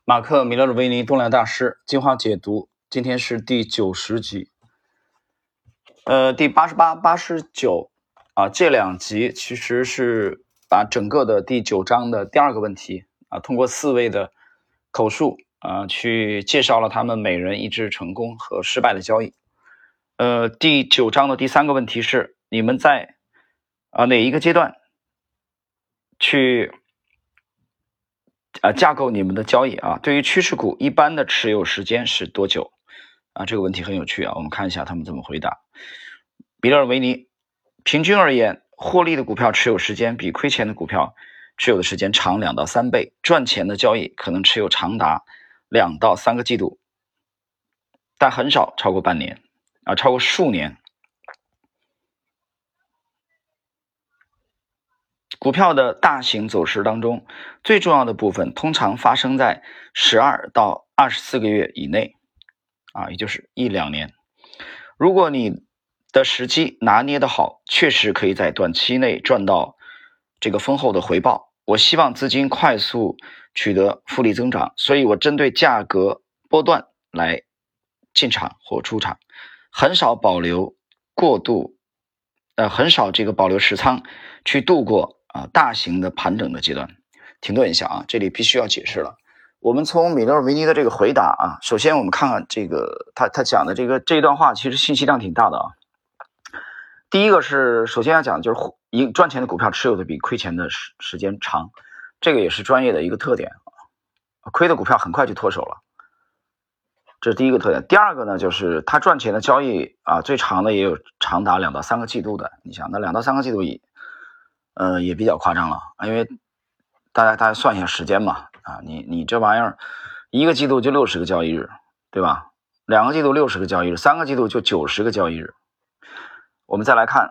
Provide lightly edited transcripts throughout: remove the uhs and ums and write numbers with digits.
马克·米勒尔维尼动量大师精华解读，今天是第90集。第88、89这两集其实是把整个的第9章的第2个问题通过4位的口述去介绍了他们每人一致成功和失败的交易。第9章的第3个问题是你们在哪一个阶段去架构你们的交易对于趋势股一般的持有时间是多久这个问题很有趣我们看一下他们怎么回答。米勒尔维尼，平均而言，获利的股票持有时间比亏钱的股票持有的时间长2到3倍，赚钱的交易可能持有长达2到3个季度，但很少超过半年超过数年。股票的大型走势当中，最重要的部分通常发生在12到24个月以内也就是1-2年。如果你的时机拿捏的好，确实可以在短期内赚到这个丰厚的回报。我希望资金快速取得复利增长，所以我针对价格波段来进场或出场，很少保留持仓去度过大型的盘整的阶段。停顿一下这里必须要解释了。我们从米勒尔维尼的这个回答首先我们看看这个他讲的这一段话，其实信息量挺大的第一个是首先要讲就是赚钱的股票持有的比亏钱的时间长，这个也是专业的一个特点亏的股票很快就脱手了，这是第一个特点。第二个呢，就是他赚钱的交易最长的也有长达2到3个季度的。你想那2到3个季度也比较夸张了因为大家算一下时间嘛你这玩意儿1个季度就60个交易日，对吧？2个季度60个交易日，3个季度就90个交易日。我们再来看，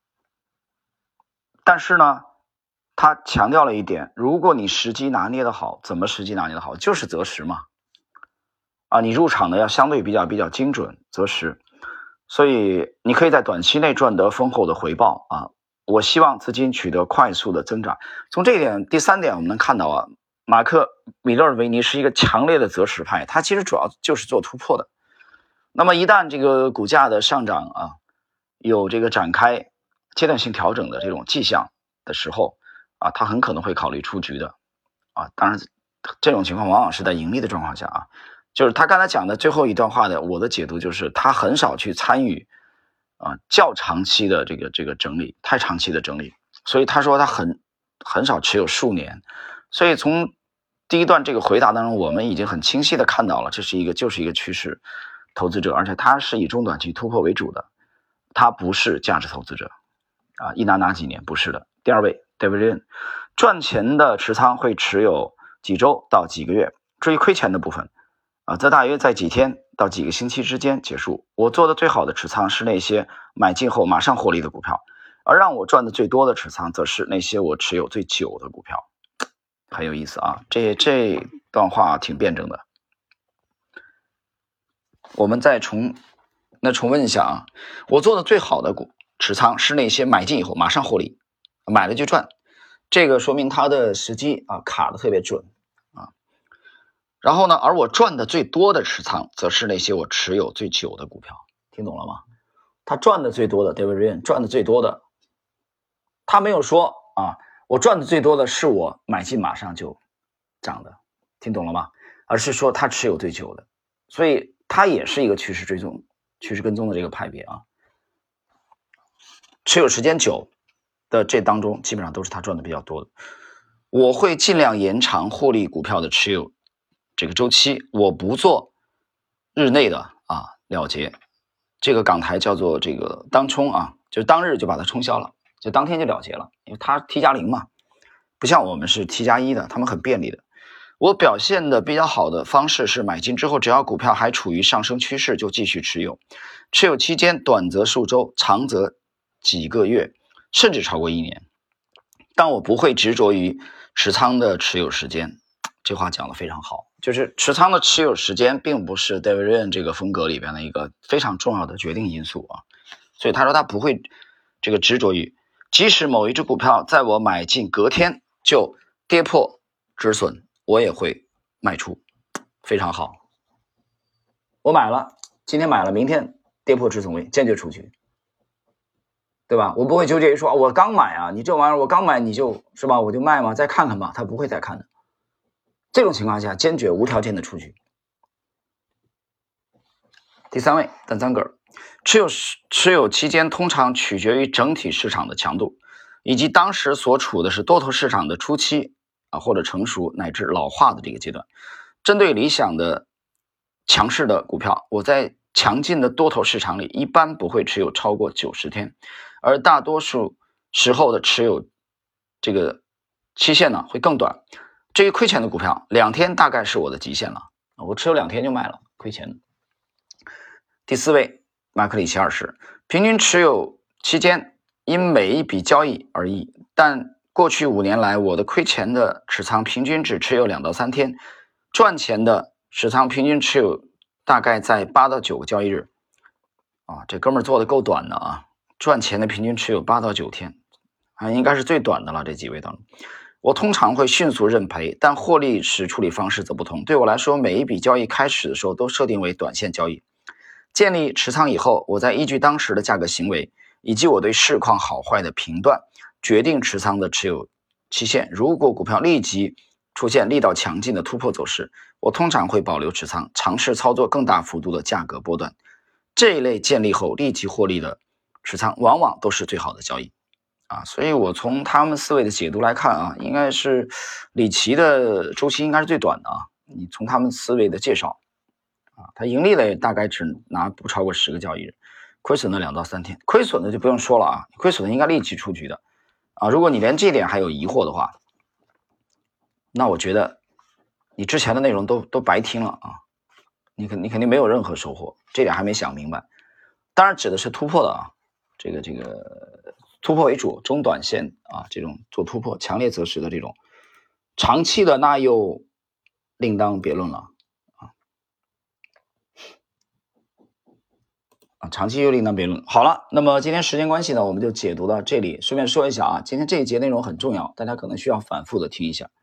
但是呢他强调了一点，如果你时机拿捏的好，怎么时机拿捏的好？就是择时嘛你入场的要相对比较精准，择时，所以你可以在短期内赚得丰厚的回报我希望资金取得快速的增长。从这一点，第3点我们能看到马克·米勒尔维尼是一个强烈的择时派，他其实主要就是做突破的。那么一旦这个股价的上涨有这个展开阶段性调整的这种迹象的时候他很可能会考虑出局的当然这种情况往往是在盈利的状况下就是他刚才讲的最后一段话的我的解读就是他很少去参与较长期的这个整理，太长期的整理，所以他说他很少持有数年。所以从第一段这个回答当中，我们已经很清晰的看到了，就是一个趋势投资者，而且他是以中短期突破为主的，他不是价值投资者一拿几年，不是的。第2位 David Ryan， 赚钱的持仓会持有几周到几个月，至于亏钱的部分则大约在几天到几个星期之间结束。我做的最好的持仓是那些买进后马上获利的股票，而让我赚的最多的持仓则是那些我持有最久的股票。很有意思这段话挺辩证的。我们再重温一下我做的最好的持仓是那些买进以后马上获利，买了就赚，这个说明他的时机卡的特别准然后呢，而我赚的最多的持仓则是那些我持有最久的股票。听懂了吗？他赚的最多的 David Ryan 赚的最多的，他没有说我赚的最多的是我买进马上就涨的，听懂了吗？而是说他持有最久的，所以他也是一个趋势跟踪的这个派别持有时间久的这当中基本上都是他赚的比较多的。我会尽量延长获利股票的持有这个周期，我不做日内的了结，这个港台叫做这个当冲就当日就把它冲销了，就当天就了结了，因为它 T+0 嘛，不像我们是 T+1 的，他们很便利的。我表现的比较好的方式是买进之后，只要股票还处于上升趋势就继续持有，持有期间短则数周，长则几个月，甚至超过1年。但我不会执着于持仓的持有时间，这话讲得非常好，就是持仓的持有时间并不是 David Ryan 这个风格里边的一个非常重要的决定因素所以他说他不会这个执着于，即使某一只股票在我买进隔天就跌破止损，我也会卖出非常好。我买了，今天买了，明天跌破止损位，坚决出局，对吧？我不会纠结于说我刚买啊，你这玩意儿我刚买你就是吧，我就卖吗？再看看吧，他不会再看的。这种情况下，坚决无条件的出局。第3位，单三个，持有期间通常取决于整体市场的强度，以及当时所处的是多头市场的初期或者成熟乃至老化的这个阶段。针对理想的强势的股票，我在强劲的多头市场里一般不会持有超过90天，而大多数时候的持有这个期限呢会更短。至于亏钱的股票，2天大概是我的极限了，我持有2天就卖了，亏钱的。第4位，马克里奇2世，平均持有期间因每一笔交易而异，但过去5年来，我的亏钱的持仓平均只持有2到3天，赚钱的持仓平均持有大概在8到9个交易日。这哥们儿做的够短的啊，赚钱的平均持有8到9天，应该是最短的了。这几位当中，我通常会迅速认赔，但获利时处理方式则不同。对我来说，每一笔交易开始的时候都设定为短线交易。建立持仓以后，我再依据当时的价格行为以及我对市况好坏的评断，决定持仓的持有期限。如果股票立即出现力道强劲的突破走势，我通常会保留持仓，尝试操作更大幅度的价格波段。这一类建立后立即获利的持仓，往往都是最好的交易所以我从他们4位的解读来看应该是里奇的周期应该是最短的你从他们4位的介绍他盈利了大概只拿不超过10个交易日，亏损的2到3天，亏损的就不用说了亏损的应该立即出局的如果你连这点还有疑惑的话，那我觉得你之前的内容都白听了你肯定没有任何收获，这点还没想明白。当然指的是突破的这个突破为主，中短线这种做突破强烈择时的这种，长期的那又另当别论了长期又另当别论。好了，那么今天时间关系呢，我们就解读到这里。顺便说一下今天这一节内容很重要，大家可能需要反复的听一下。